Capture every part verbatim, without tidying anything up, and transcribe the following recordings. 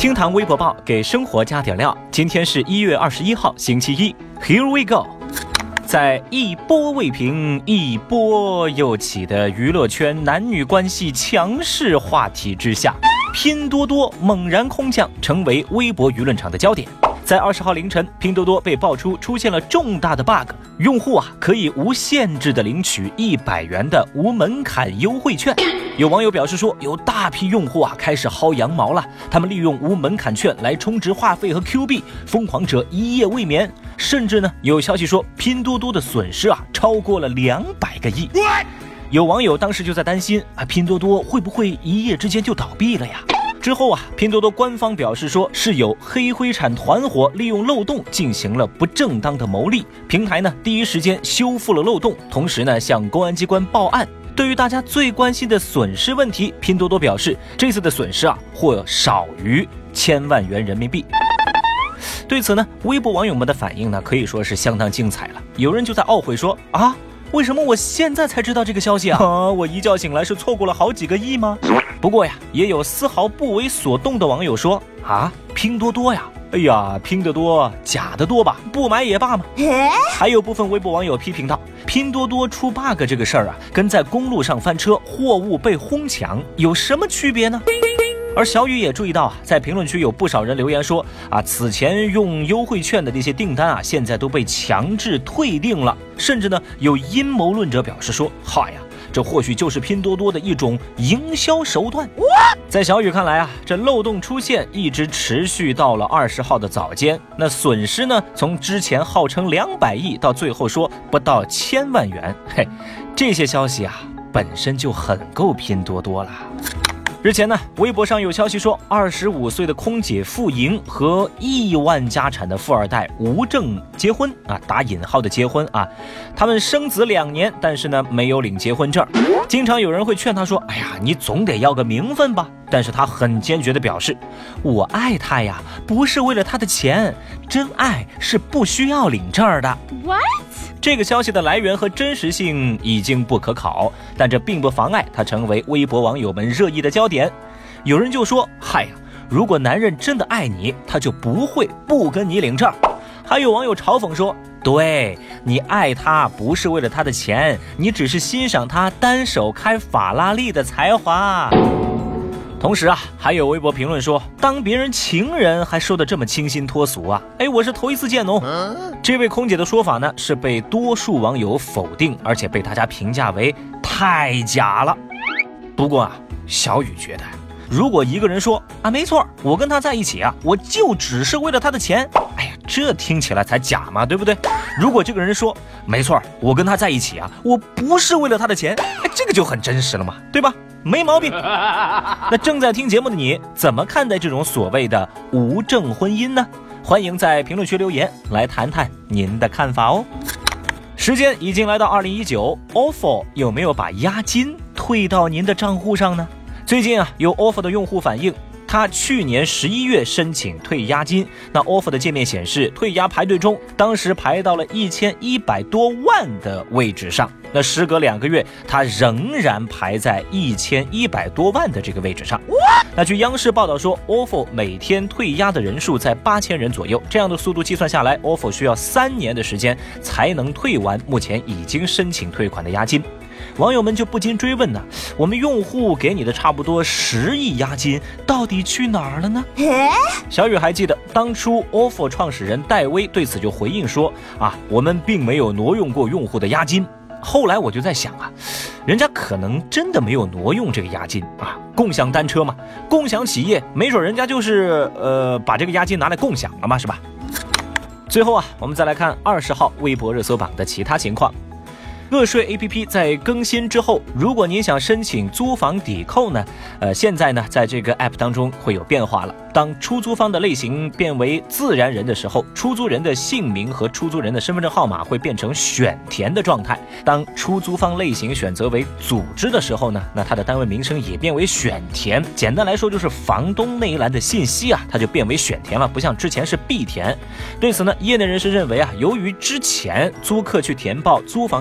听堂微博报给生活加点料。今天是一月二十一号，星期一。Here we go。在一波未平，一波又起的娱乐圈男女关系强势话题之下，拼多多猛然空降，成为微博舆论场的焦点。在二十号凌晨，拼多多被爆出出现了重大的 bug， 用户啊可以无限制的领取一百元的无门槛优惠券。有网友表示说，有大批用户啊开始薅羊毛了，他们利用无门槛券来充值话费和 Q 币，疯狂者一夜未眠。甚至呢，有消息说拼多多的损失啊超过了两百个亿。有网友当时就在担心啊，拼多多会不会一夜之间就倒闭了呀？之后啊，拼多多官方表示说是有黑灰产团伙利用漏洞进行了不正当的牟利，平台呢第一时间修复了漏洞，同时呢向公安机关报案。对于大家最关心的损失问题，拼多多表示这次的损失啊或少于千万元人民币。对此呢，微博网友们的反应呢可以说是相当精彩了。有人就在懊悔说啊，为什么我现在才知道这个消息啊？啊，我一觉醒来是错过了好几个亿吗？不过呀，也有丝毫不为所动的网友说啊，拼多多呀，哎呀，拼得多假的多吧，不买也罢嘛。还有部分微博网友批评道，拼多多出 bug 这个事儿啊，跟在公路上翻车，货物被哄抢有什么区别呢？而小雨也注意到啊，在评论区有不少人留言说啊，此前用优惠券的这些订单啊，现在都被强制退订了。甚至呢，有阴谋论者表示说，嗨呀，这或许就是拼多多的一种营销手段。在小雨看来啊，这漏洞出现一直持续到了二十号的早间，那损失呢，从之前号称两百亿到最后说不到千万元，嘿，这些消息啊，本身就很够拼多多了。日前呢，微博上有消息说，二十五岁的空姐傅莹和亿万家产的富二代吴正结婚啊，打引号的结婚啊，他们生子两年，但是呢没有领结婚证。经常有人会劝他说，哎呀，你总得要个名分吧。但是他很坚决地表示，我爱他呀，不是为了他的钱，真爱是不需要领证的。What？这个消息的来源和真实性已经不可考，但这并不妨碍它成为微博网友们热议的焦点。有人就说，嗨呀，如果男人真的爱你，他就不会不跟你领证。还有网友嘲讽说，对，你爱他不是为了他的钱，你只是欣赏他单手开法拉利的才华。同时啊，还有微博评论说，当别人情人还说得这么清新脱俗啊，哎，我是头一次见哦。这位空姐的说法呢，是被多数网友否定，而且被大家评价为太假了。不过啊，小雨觉得，如果一个人说啊，没错，我跟他在一起啊，我就只是为了他的钱，哎呀，这听起来才假嘛，对不对？如果这个人说，没错，我跟他在一起啊，我不是为了他的钱，哎，这个就很真实了嘛，对吧？没毛病。那正在听节目的你，怎么看待这种所谓的无证婚姻呢？欢迎在评论区留言，来谈谈您的看法哦。时间已经来到二零一九 ，O F O 有没有把押金退到您的账户上呢？最近啊，有 O F O 的用户反映，他去年十一月申请退押金，那 O F O 的界面显示，退押排队中，当时排到了一千一百多万的位置上。那时隔两个月，他仍然排在一千一百多万的这个位置上。那据央视报道说 ，O F O 每天退押的人数在八千人左右，这样的速度计算下来 ，O F O 需要三年的时间才能退完目前已经申请退款的押金。网友们就不禁追问呢，我们用户给你的差不多十亿押金到底去哪儿了呢？小雨还记得当初 O F O 创始人戴威对此就回应说啊，我们并没有挪用过用户的押金。后来我就在想啊，人家可能真的没有挪用这个押金啊，共享单车嘛，共享企业，没准人家就是呃把这个押金拿来共享了嘛，是吧？最后啊，我们再来看二十号微博热搜榜的其他情况。个税 A P P 在更新之后，如果您想申请租房抵扣呢，呃，现在呢，在这个 App 当中会有变化了。当出租方的类型变为自然人的时候，出租人的姓名和出租人的身份证号码会变成选填的状态。当出租方类型选择为组织的时候呢，那它的单位名称也变为选填。简单来说，就是房东那一栏的信息啊，它就变为选填了，不像之前是必填。对此呢，业内人士认为啊，由于之前租客去填报租房个税抵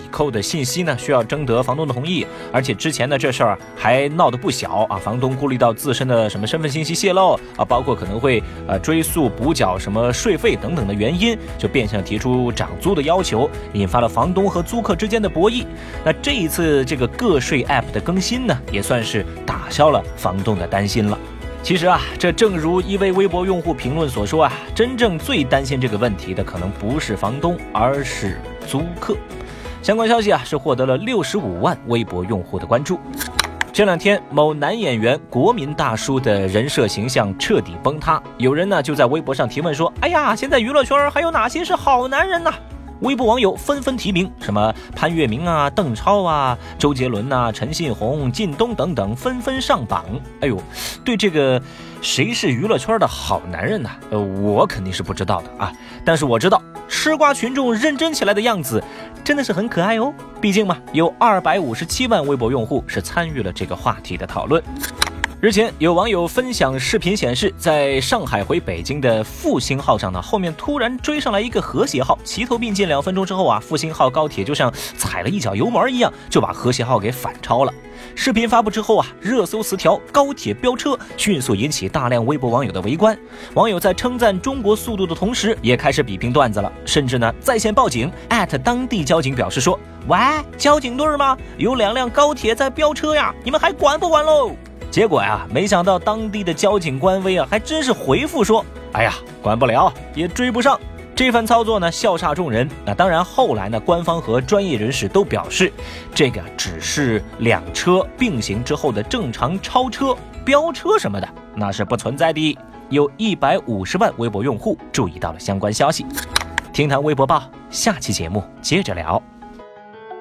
扣的信息呢，需要征得房东的同意，而且之前呢这事儿还闹得不小啊，房东顾虑到自身的什么身份信息泄露啊，包括可能会呃追溯补缴什么税费等等的原因，就变相提出涨租的要求，引发了房东和租客之间的博弈。那这一次这个个税 App 的更新呢，也算是打消了房东的担心了。其实啊，这正如一位微博用户评论所说啊，真正最担心这个问题的可能不是房东，而是租客。相关消息啊是获得了六十五万微博用户的关注。这两天，某男演员国民大叔的人设形象彻底崩塌，有人呢就在微博上提问说：“哎呀，现在娱乐圈还有哪些是好男人呢？”微博网友纷纷提名，什么潘粤明啊、邓超啊、周杰伦啊、陈信宏、靳东等等纷纷上榜。哎呦，对这个谁是娱乐圈的好男人呢、啊？呃，我肯定是不知道的啊。但是我知道，吃瓜群众认真起来的样子真的是很可爱哦。毕竟嘛，有二百五十七万微博用户是参与了这个话题的讨论。日前，有网友分享视频显示，在上海回北京的复兴号上呢，后面突然追上来一个和谐号，齐头并进。两分钟之后啊，复兴号高铁就像踩了一脚油门一样，就把和谐号给反超了。视频发布之后啊，热搜词条高铁飙车迅速引起大量微博网友的围观。网友在称赞中国速度的同时，也开始比拼段子了，甚至呢在线报警，艾特当地交警表示说：“喂，交警队吗？有两辆高铁在飙车呀，你们还管不管喽？”结果呀，没想到当地的交警官微啊，还真是回复说：“哎呀，管不了，也追不上。”这番操作呢，笑煞众人。那当然，后来呢，官方和专业人士都表示，这个只是两车并行之后的正常超车、飙车什么的，那是不存在的。有一百五十万微博用户注意到了相关消息。听谈微博报，下期节目接着聊。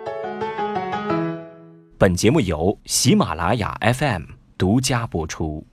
本节目由喜马拉雅 F M 独家播出。